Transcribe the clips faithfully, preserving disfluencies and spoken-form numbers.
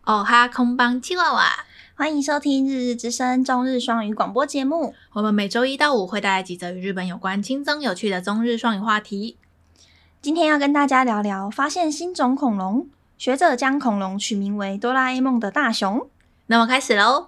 哦哈空邦七娃娃， 欢迎收听日日之声中日双语广播节目。 我们每周一到五会带来几则与日本有关、轻松有趣的中日双语话题。 今天要跟大家聊聊发现新种恐龙，学者将恐龙取名为哆啦 A 梦的大雄。 那么开始喽。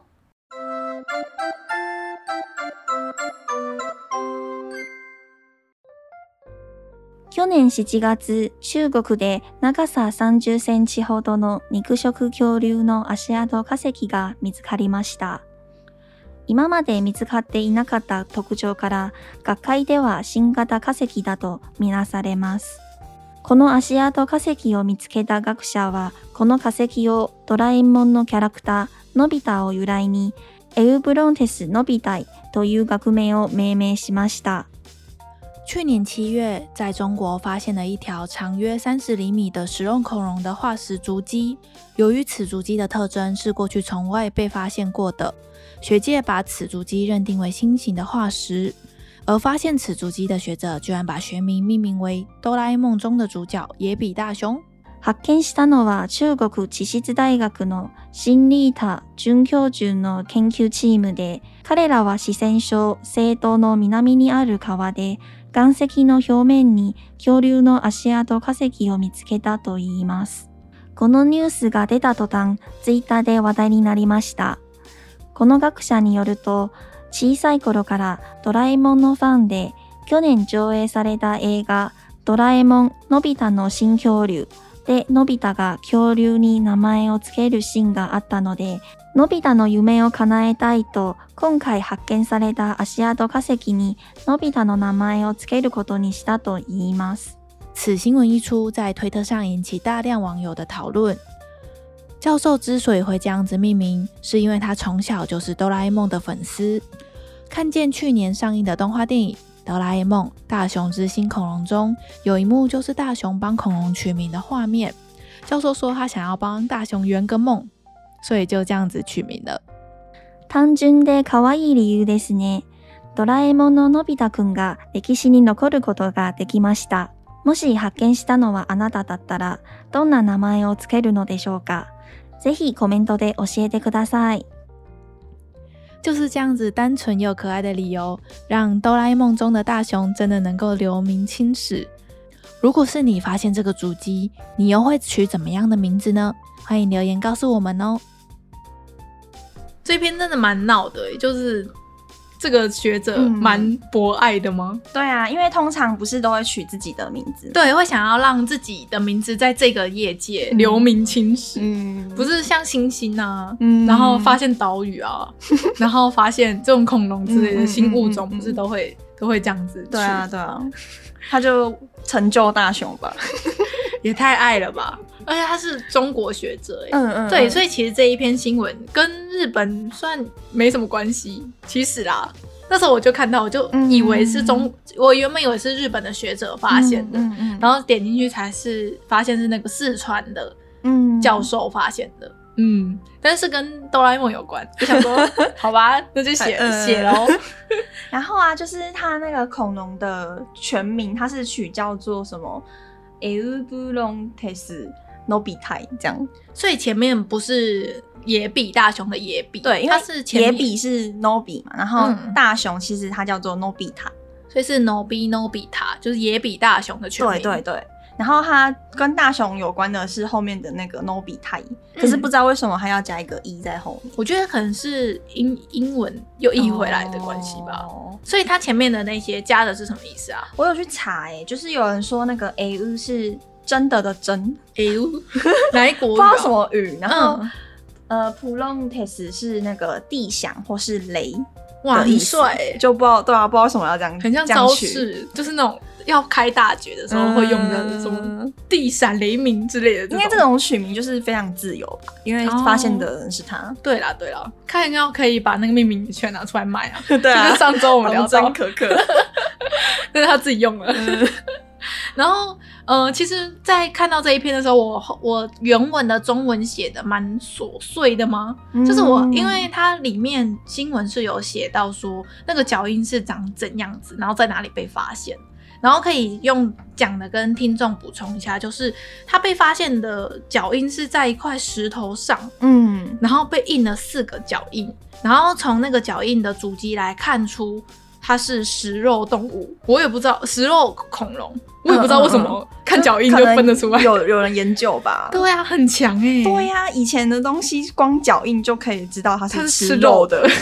去年しちがつ、中国で長ささんじゅっセンチほどの肉食恐竜の足跡化石が見つかりました。今まで見つかっていなかった特徴から、学会では新型化石だとみなされます。この足跡化石を見つけた学者は、この化石をドラえもんのキャラクター、のび太を由来に、エウブロンテスのび太という学名を命名しました。 去年七月，在中国发现了一条长约三十厘米的食肉恐龙的化石足迹。由于此足迹的特征是过去从未被发现过的，学界把此足迹认定为新型的化石。而发现此足迹的学者居然把学名命名为哆啦 A 梦中的主角野比大雄。 発見したのは中国地質大学のシンリータ准教授の研究チームで、彼らは四川省西東の南にある川で岩石の表面に恐竜の足跡化石を見つけたといいます。このニュースが出た途端、ツイッターで話題になりました。この学者によると、小さい頃からドラえもんのファンで、去年上映された映画ドラえもんのび太の新恐竜でのび太が恐竜に名前をつけるシーンがあったので、のび太の夢を叶えたいと今回発見された足跡化石にのび太の名前をつけることにしたと言います。 此新闻一出，在推特上引起大量网友的讨论。教授之所以会这样子命名，是因为他从小就是哆啦 A 梦的粉丝，看见去年上映的动画电影哆啦 A 梦大雄之新恐龙中有一幕就是大雄帮恐龙取名的画面。教授说他想要帮大雄圆个梦，所以就这样子取名了。 単純で可愛い理由ですね。ドラえもんののび太くんが歴史に残ることができました。もし発見したのはあなただったら、どんな名前をつけるのでしょうか。ぜひコメントで教えてください。 就是这样子单纯又可爱的理由，让哆啦 A 梦中的大雄真的能够留名青史。如果是你发现这个足迹，你又会取怎么样的名字呢？欢迎留言告诉我们哦。这篇真的蛮闹的，就是这个学者蛮博爱的吗？ 嗯，对啊，因为通常不是都会取自己的名字， 对，会想要让自己的名字在这个业界留名青史。嗯，不是像星星啊，嗯，然后发现岛屿啊，然后发现这种恐龙之类的新物种，不是都会、嗯嗯嗯、都会这样子？ 对啊，对啊，他就成就大雄吧， 也太爱了吧！而且他是中国学者， 嗯嗯， 对，所以其实这一篇新闻跟日本算没什么关系。其实啦，那时候我就看到，我就以为是中，嗯、我原本以为是日本的学者发现的，嗯嗯嗯、然后点进去才是发现是那个四川的教授发现的，嗯，嗯但是跟哆啦 A 梦有关，就想说好吧，那就写写咯。 然后啊，就是他那个恐龙的全名，他是取叫做什么 エウブロンテスのび太这样， 所以前面不是野比大雄的野比， 对，因为它是前野比是 Nobi 嘛，然后大雄其实它叫做 Nobita， 所以是 Nobi Nobita， 就是野比大雄的全名。 对对对，然后它跟大雄有关的是后面的那个 Nobita， 可是不知道为什么还要加一个 e 在后面。 我觉得可能是英英文又译回来的关系吧。哦，所以它前面的那些加的是什么意思啊？ 我有去查诶、欸，就是有人说那个 A U 是真的的真 A U 哪一国语、啊？ 不知道什么语，然后。嗯呃 ，Pulontes 是那个地响或是雷， 哇，很帅、欸， 就不知道对啊，不知道为什么要这样， 很像招式，就是那种要开大绝的时候会用的什么地闪雷鸣之类的。 应该这种取名就是非常自由吧，因为发现的人是他。哦、 对啦对啦，看要可以把那个命名权拿出来卖啊。 对啊， 就跟上周我们聊到可可， 但是他自己用了。嗯然后，呃，其实，在看到这一篇的时候，我我原文的中文写的蛮琐碎的嘛，嗯、就是我因为它里面新闻是有写到说那个脚印是长怎样子，然后在哪里被发现， 然后可以用讲的跟听众补充一下，就是他被发现的脚印是在一块石头上， 嗯， 然后被印了四个脚印，然后从那个脚印的足迹来看出它是食肉动物，我也不知道食肉恐龙，我也不知道为什么看脚印就分得出来。 有有人研究吧？ 对啊，很强哎、欸。 对啊，以前的东西光脚印就可以知道它是吃肉肉的。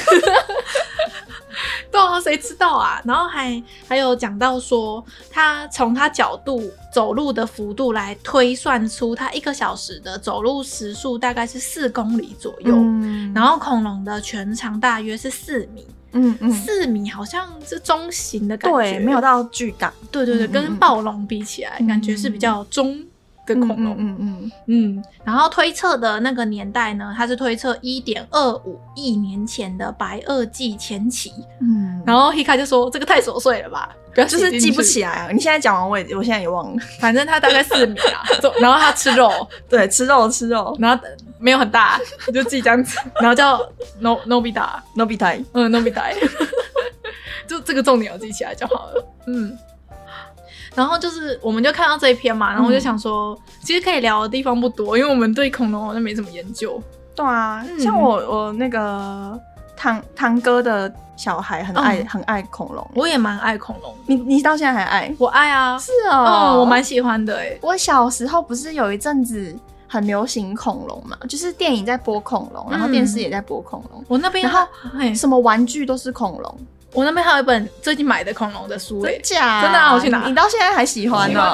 对啊，谁知道啊？然后还还有讲到说，他从他角度走路的幅度来推算出他一个小时的走路时速大概是四公里左右， 嗯、 然后恐龙的全长大约是四米。 嗯嗯， 四米好像是中型的感觉， 对，没有到巨大。 对对对， 嗯嗯跟暴龙比起来，嗯、感觉是比较中的恐龙。 嗯嗯嗯, 嗯然后推测的那个年代呢，它是推测 一点二五亿年前的白垩纪前期。 嗯， 然后 Hika 就说这个太琐碎了吧，不要就是记不起来啊。你现在讲完我也我现在也忘了， 反正它大概四米啦。然后它吃肉， 对，吃肉吃肉， 然后没有很大，我就记这样子，然后叫 No Nobita Nobita， 嗯 Nobita。就这个重点要记起来就好了。嗯，然后就是我们就看到这一篇嘛，然后我就想说，嗯、其实可以聊的地方不多，因为我们对恐龙好像没什么研究。 对啊，嗯、像我我那个堂堂哥的小孩很爱、嗯、很爱恐龙， 我也蛮爱恐龙。 你你到现在还爱？ 我爱啊， 是哦， 嗯，我蛮喜欢的哎。 我小时候不是有一阵子很流行恐龙嘛，就是电影在播恐龙，然后电视也在播恐龙。 我那边然后什么玩具都是恐龙。 我那边还有一本最近买的恐龙的书， 真假？ 真的啊，我去拿。 你到现在还喜欢呢？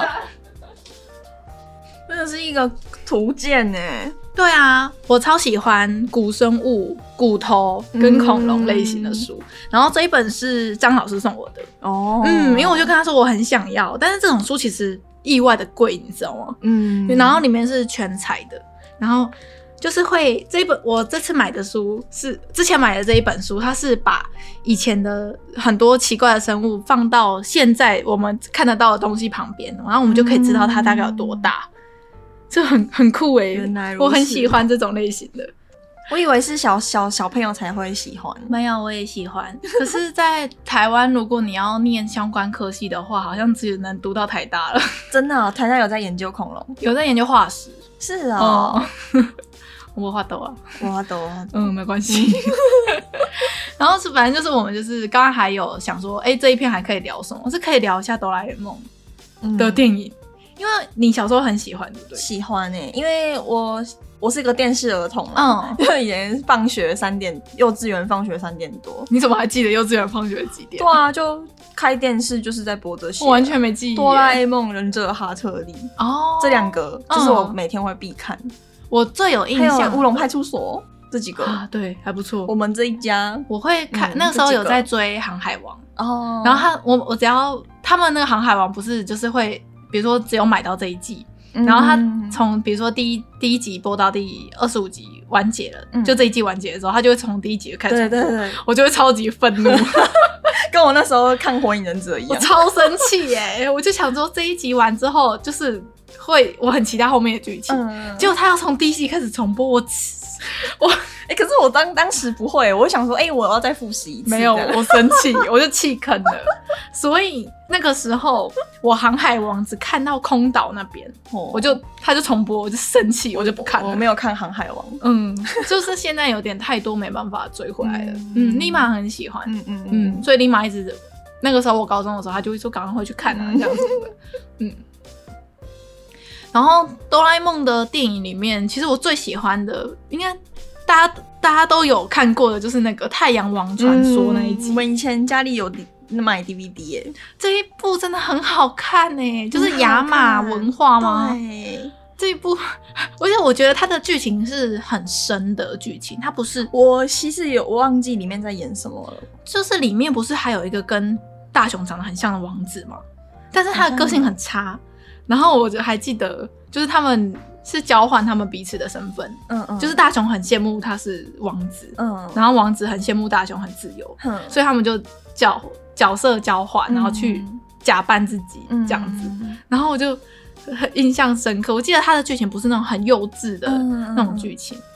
真的是一个图鉴呢。 对啊，我超喜欢古生物、骨头跟恐龙类型的书。嗯、然后这一本是张老师送我的哦，嗯，因为我就跟他说我很想要，但是这种书其实意外的贵，你知道吗？嗯，然后里面是全彩的，然后。就是会这一本我这次买的书是之前买的这一本书，它是把以前的很多奇怪的生物放到现在我们看得到的东西旁边，然后我们就可以知道它大概有多大，这、嗯、很很酷诶、欸。 原来如此， 我很喜欢这种类型的。 我以为是小小小朋友才会喜欢， 没有，我也喜欢。可是，在台湾，如果你要念相关科系的话，好像只能读到台大了。 真的、哦，台大有在研究恐龙， 有在研究化石。 是啊、哦。 嗯我画抖啊， 我画抖啊， 嗯，没关系。然后是反正就是我们就是刚刚还有想说，哎、欸，这一篇还可以聊什么？是可以聊一下哆啦 A 梦的电影，嗯、因为你小时候很喜欢，对不对？ 喜欢哎、欸，因为我我是个电视儿童嘛，嗯，因为以前放学三点，幼稚园放学三点多， 你怎么还记得幼稚园放学几点？ 对啊，就开电视就是在播这些， 我完全没记忆。 哆啦 A 梦、忍者哈特利哦，这两个就是我每天会必看。嗯我最有印象乌龙派出所这几个啊，对，还不错。 我们这一家我会看，嗯、那个时候有在追《航海王》 哦， 然后他我我只要他们那个《航海王》不是就是会，比如说只有买到这一季，嗯、然后他从比如说第一第一集播到第二十五集完结了，嗯、就这一季完结的时候，他就会从第一集开始重播， 对对对， 我就会超级愤怒， 跟我那时候看《火影忍者》一样， 我超生气耶！我就想说这一集完之后就是。会，我很期待后面的剧情，嗯、结果他要从第一集开始重播，我我哎、欸，可是我当当时不会，我想说，哎、欸，我要再复习一次， 没有，我生气，我就弃坑了。所以那个时候，我《航海王》只看到空岛那边，哦、我就他就重播，我就生气，我就不看了。 我没有看《航海王》， 嗯，就是现在有点太多，没办法追回来了。嗯，嗯丽玛很喜欢，嗯嗯嗯，嗯所以丽玛一直那个时候我高中的时候，他就会说赶快回去看啊，这样子的，嗯。然后哆啦 A 梦的电影里面，其实我最喜欢的，应该大家大家都有看过的，就是那个《太阳王传说》那一集。 嗯、我们以前家里有买 D V D 耶， 这一部真的很好看耶，就是亚马文化吗？ 对， 这一部，而且我觉得它的剧情是很深的剧情，它不是我其实有忘记里面在演什么了， 就是里面不是还有一个跟大雄长得很像的王子吗？但是他的个性很差。然后我就还记得，就是他们是交换他们彼此的身份，嗯嗯，就是大雄很羡慕他是王子，嗯，然后王子很羡慕大雄很自由，嗯，所以他们就角角色交换，然后去假扮自己、嗯、这样子，然后我就很印象深刻。我记得他的剧情不是那种很幼稚的那种剧情，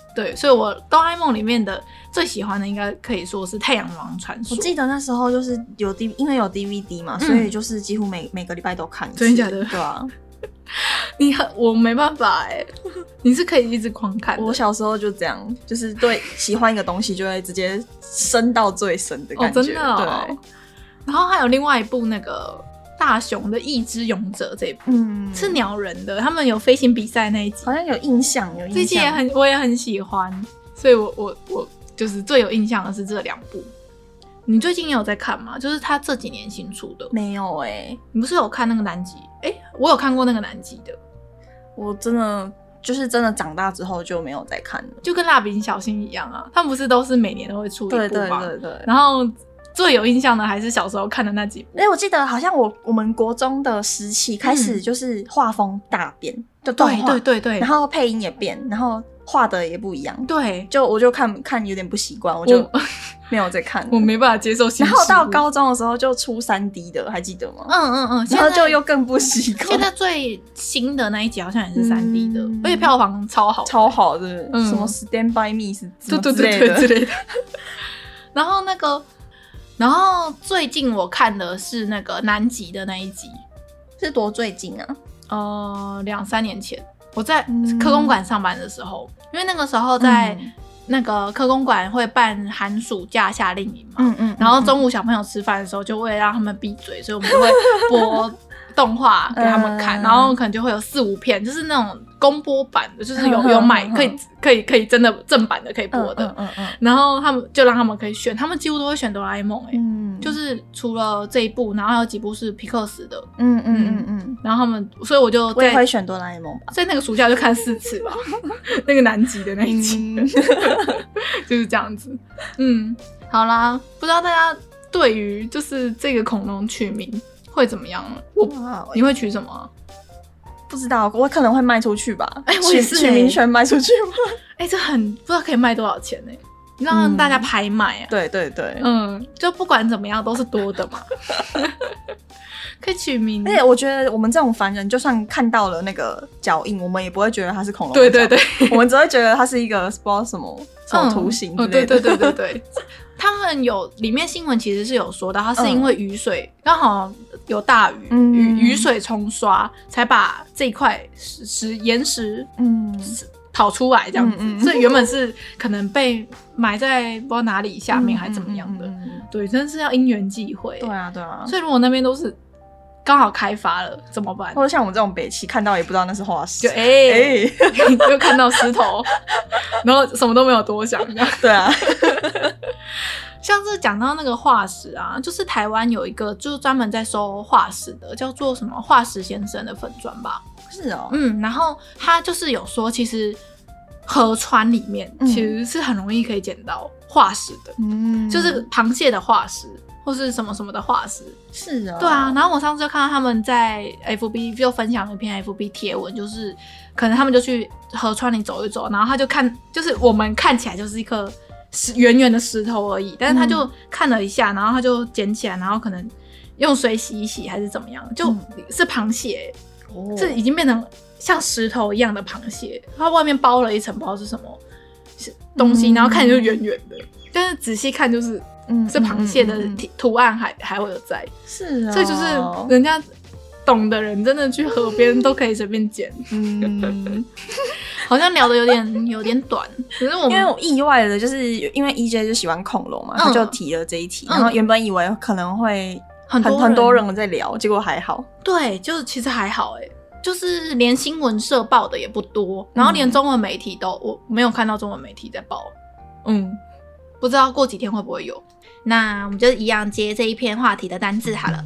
对，所以我哆啦 A 梦里面的最喜欢的应该可以说是太阳王传说。 我记得那时候就是有 D， 因为有 D V D 嘛，嗯、所以就是几乎每每个礼拜都看一次。 真的假的？ 对啊。 你很我没办法哎、欸，你是可以一直狂看的。 我小时候就这样，就是对喜欢一个东西就会直接深到最深的感觉。 哦，真的哦。 对。 然后还有另外一部那个大雄的《意之勇者》这一部，嗯，是鸟人的，他们有飞行比赛那一集， 好像有印象，有印象。 这集也很，我也很喜欢，所以我我我就是最有印象的是这两部。你最近也有在看吗？就是他这几年新出的。 没有哎、欸， 你不是有看那个南极？哎、欸，我有看过那个南极的。 我真的就是真的长大之后就没有再看了， 就跟蜡笔小新一样啊，他们不是都是每年都会出一部吗？ 对对对对。 然后最有印象的还是小时候看的那几部。 哎、欸，我记得好像我我们国中的时期开始就是画风大变，就动画， 对对对对， 然后配音也变，然后画的也不一样。 对， 就我就看看有点不习惯，我就没有再看了。 我没办法接受新。 然后到高中的时候就出 三 D 的，还记得吗？ 嗯嗯嗯。 然后就又更不习惯。 现在最新的那一集好像也是 三 D 的，嗯、而且票房超好， 超好的，嗯、什么 Stand by Me 是什么之类的，对对对之类的。 然后那个，然后最近我看的是那个南极的那一集， 是多最近啊？ 呃，两三年前，我在科工馆上班的时候，嗯、因为那个时候在。嗯那个科工馆会办寒暑假夏令营嘛，嗯 嗯, 嗯，然后中午小朋友吃饭的时候，就为了让他们闭嘴，所以我们就会播动画给他们看，嗯、然后可能就会有四五片，就是那种公播版的，就是有有买可以可以可以真的正版的可以播的，嗯 嗯, 嗯, 嗯然后他们就让他们可以选，他们几乎都会选哆啦 A 梦，哎、欸，嗯，就是除了这一部，然后还有几部是皮克斯的，嗯嗯嗯嗯，然后他们，所以我就我也会选哆啦 A 梦吧， 所以那个暑假就看四次吧，那个南极的那一集。嗯就是这样子，嗯，好啦，不知道大家对于就是这个恐龙取名会怎么样？我你会取什么、啊？ 不知道，我可能会卖出去吧。 哎、欸，我也是、欸、 取名权卖出去吗？ 哎、欸，这很不知道可以卖多少钱呢、欸？让大家拍卖啊、嗯！ 对对对， 嗯，就不管怎么样都是多的嘛。可以取名， 而且我觉得我们这种凡人，就算看到了那个脚印，我们也不会觉得它是恐龙。 对对对， 我们只会觉得它是一个不知道什么什么图形之类的。 嗯哦、对对对对对，他们有里面新闻其实是有说到，它是因为雨水刚、嗯、好有大雨，嗯、雨雨水冲刷，才把这一块石石岩石嗯跑出来这样子。嗯嗯、所以原本是可能被埋在不知道哪里下面还是怎么样的。嗯嗯嗯嗯、对，真的是要因缘际会。 对啊对啊， 所以如果那边都是。刚好开发了怎么办？ 或者像我们这种北七看到也不知道那是化石， 就哎，欸欸、就看到石头，然后什么都没有多想，这样对啊。 像是讲到那个化石啊，就是台湾有一个就是专门在收化石的，叫做什么化石先生的粉专吧？ 是哦， 嗯，然后他就是有说，其实河川里面其实是很容易可以捡到化石的，嗯，就是螃蟹的化石。或是什么什么的化石， 是啊、哦， 对啊。然后我上次就看到他们在 F B 就分享了一篇 F B 贴文，就是可能他们就去河川里走一走，然后他就看，就是我们看起来就是一颗石圆圆的石头而已，但是他就看了一下，然后他就捡起来，然后可能用水洗一洗还是怎么样，就是螃蟹，嗯、是已经变成像石头一样的螃蟹，它外面包了一层不知道是什么东西，嗯、然后看起来就圆圆的，但是仔细看就是。嗯，这螃蟹的图案还、嗯嗯、还会有在， 是啊， 所以就是人家懂的人真的去河边都可以随便捡。嗯，好像聊得有点有点短，可是我们因为我意外的就是因为 E J 就喜欢恐龙嘛，嗯、他就提了这一题，嗯、然后原本以为可能会很多 人, 很多人在聊，结果还好。 对，就其实还好哎、欸，就是连新闻社报的也不多，然后连中文媒体都、嗯、我没有看到中文媒体在报。嗯，不知道过几天会不会有。那我们就一样接这一篇话题的单字好了。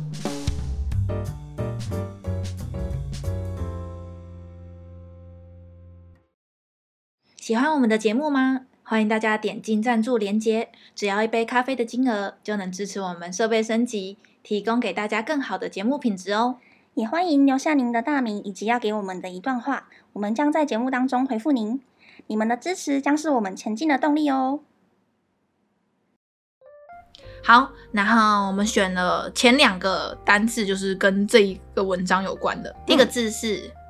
喜欢我们的节目吗？欢迎大家点进赞助连结，只要一杯咖啡的金额，就能支持我们设备升级，提供给大家更好的节目品质哦。 也欢迎留下您的大名以及要给我们的一段话，我们将在节目当中回复您。你们的支持将是我们前进的动力哦。 好，然后我们选了前两个单字，就是跟这一个文章有关的。第一个字是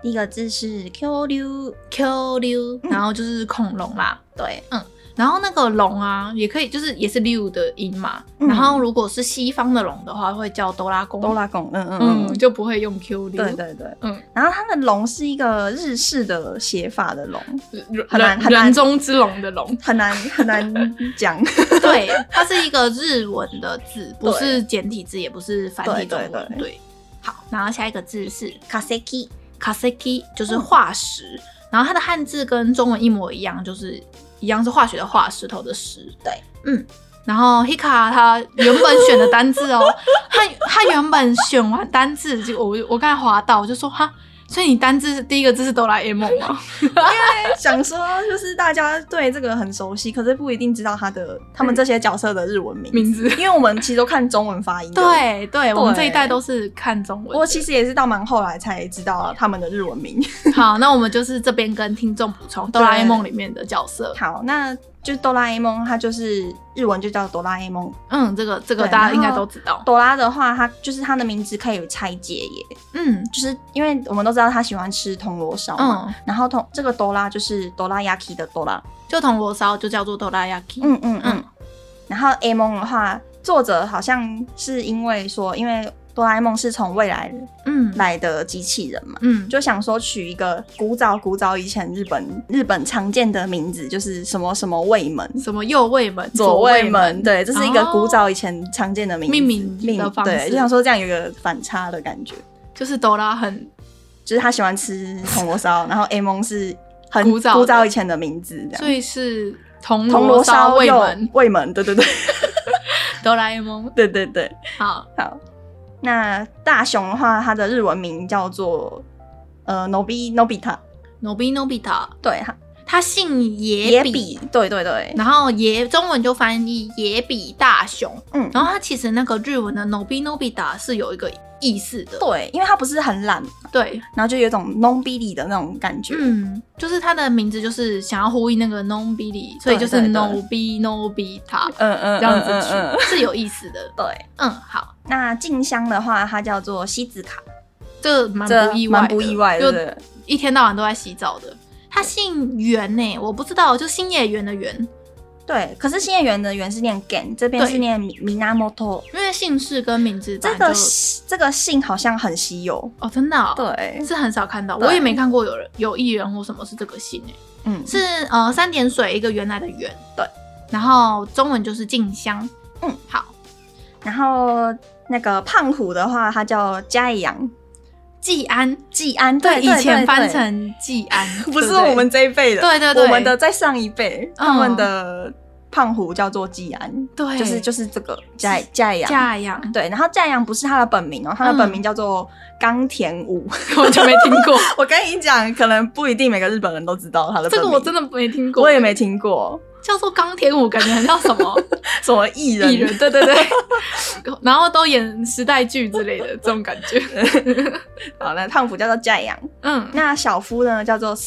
第一个字是 Q 溜 Q 溜，然后就是恐龙啦。 对， 嗯，然后那个龙啊，也可以，就是也是溜的音嘛。 嗯、 然后如果是西方的龙的话，会叫哆啦公， 哆啦公，嗯嗯嗯， 嗯， 就不会用 Q 溜。 对对对， 嗯。 然后它的龙是一个日式的写法的龙， 很难很难，人中之龙的龙， 很难很难讲。 对，它是一个日文的字，不是简体字，也不是繁体中文。对, 对, 对，好，然后下一个字是 kaseki， kaseki 就是化石。嗯，然后它的汉字跟中文一模一样，就是一样是化学的化，石头的石。 对， 嗯。然后 Hika 他原本选的单字哦，他他原本选完单字，就我我刚才滑到，我就说哈，所以你单字第一个字是哆啦 A 梦吗？ 因为想说就是大家对这个很熟悉，可是不一定知道他的他们这些角色的日文名字， 名字因为我们其实都看中文发音的。 对对，我们这一代都是看中文。 我其实也是到蛮后来才知道他们的日文名。 好，那我们就是这边跟听众补充哆啦 A 梦里面的角色。 好，那就哆啦 A 梦，它就是日文就叫哆啦 A 梦。 嗯，这个这个大家应该都知道。 哆啦的话，它就是它的名字可以拆解耶。嗯，就是因为我们都知道他喜欢吃铜锣烧嘛，嗯，然后铜这个哆啦就是哆啦 yaki 的哆啦， 就铜锣烧就叫做哆啦 yaki。 嗯嗯嗯。然后 A 梦的话，作者好像是因为说，因为哆啦 A 梦是从未来嗯来的机器人嘛，嗯，就想说取一个古早古早以前日本日本常见的名字，就是什么什么卫门， 什么右卫门、 左卫门，对，这是一个古早以前常见的名字， 命名的方式， 对，就想说这样有一个反差的感觉， 就是哆啦很， 就是他喜欢吃铜锣烧，然后 A 梦是很古早古早以前的名字，这样， 所以是铜锣烧卫门， 卫门，对对对， 哆啦 A 梦， 对对对， 好好。那大雄的话，它的日文名叫做呃 Nobi Nobita Nobi Nobita， 对，他他姓野比， 比，对对对， 然后野中文就翻译野比大雄，嗯，然后他其实那个日文的 Nobi Nobita 是有一个意思的， 对，因为他不是很懒， 对， 然后就有一种 non billy 的那种感觉， 嗯，就是他的名字就是想要呼应那个 non billy， 所以就是 Nobi Nobita， 嗯嗯，这样子取、嗯嗯嗯、是有意思的， 对， 嗯，好。 那静香的话，它叫做西子卡， 这蛮不意外的， 蛮不意外的， 就一天到晚都在洗澡的。他姓袁呢、欸，我不知道，就新野原的原。 对，可是新野原的原是念 gen， 这边是念 minamoto， 因为姓氏跟名字这个这个姓好像很稀有哦，真的、哦， 对， 是很少看到，我也没看过有人有艺人或什么是这个姓哎、欸，嗯，是呃三点水一个原来的原， 对， 然后中文就是静香， 嗯， 好， 然后那个胖虎的话，他叫嘉阳。 季安， 季安， 对，以前翻成季安， 不是我们这一辈的， 对对对， 我们的再上一辈，嗯、他们的胖虎叫做季安， 对， 就是就是这个嘉嘉阳， 嘉阳， 对，然后嘉阳不是他的本名哦，他的本名叫做冈田武， 我就没听过。 我跟你讲，可能不一定每个日本人都知道他的本名， 这个我真的没听过， 我也没听过。 叫做冈田武，感觉很像什么什么艺人， 艺人，对对对，然后都演时代剧之类的这种感觉。 好，那胖虎叫做嘉阳，嗯，那小夫呢叫做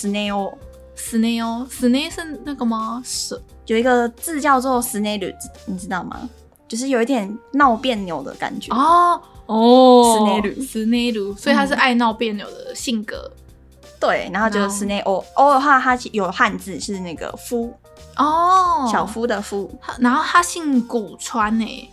snail，snail，snail 是那个吗？是有一个字叫做 snail， 你知道吗？就是有一点闹别扭的感觉哦哦 ，snail，snail， 所以他是爱闹别扭的性格。 嗯、对，然后就是 snail， o 的话，它有汉字是那个夫。哦，小夫的夫， 然后他姓古川诶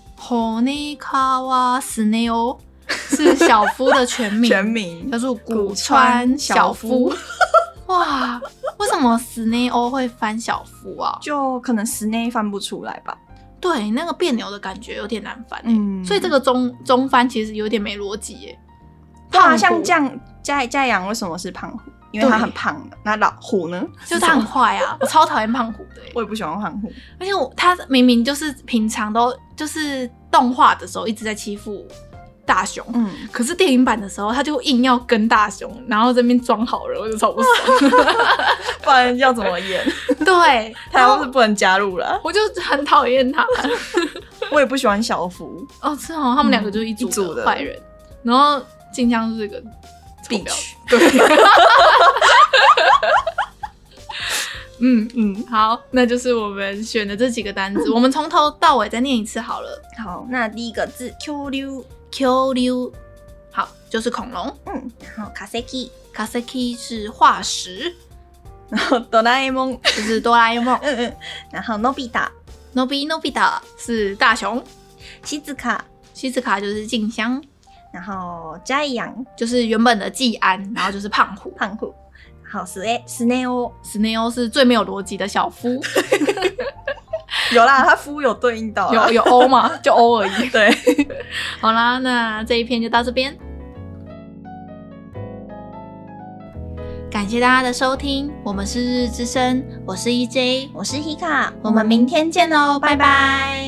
，Honekawa Snail 是小夫的全名， 全名叫做古川小夫。哇，为什么 Snail 会翻小夫啊？ 就可能 Snail 翻不出来吧。 对，那个别扭的感觉有点难翻诶、嗯，所以这个中中翻其实有点没逻辑耶。 对啊，像这样嘉嘉阳为什么是胖虎？因为他很胖的，那老虎呢？ 就是他很坏啊！我超讨厌胖虎的、欸， 我也不喜欢胖虎。 而且我他明明就是平常都就是动画的时候一直在欺负大雄，嗯，可是电影版的时候他就硬要跟大雄，然后这边装好人，我就超不爽。 不然要怎么演？ 对， 他要是不能加入了， 我就很讨厌他。 我也不喜欢小福哦，是哦，他们两个就是一组的坏人，嗯、然后静香是个。 Bitch， 对，嗯嗯，好，那就是我们选的这几个单字，我们从头到尾再念一次好了。 好，那第一个字 Q 溜 Q 溜， 好，就是恐龙。 嗯，然后化石， 化石是化石， 然后哆啦 A 梦就是哆啦 A 梦。 嗯嗯，然后 Nobita Nobi Nobita 是大雄， 西子卡， 西子卡就是静香， 然后 Giant 就是原本的季安，然后就是胖虎， 胖虎，然后 S Sneo Sneo 是最没有逻辑的小夫。 有啦，他夫有对应到啦， 有有 O 吗？就 O 而已。 对， 好啦，那这一篇就到这边，感谢大家的收听，我们是日日之声，我是 E J， 我是 Hika， 我们明天见哦，拜拜。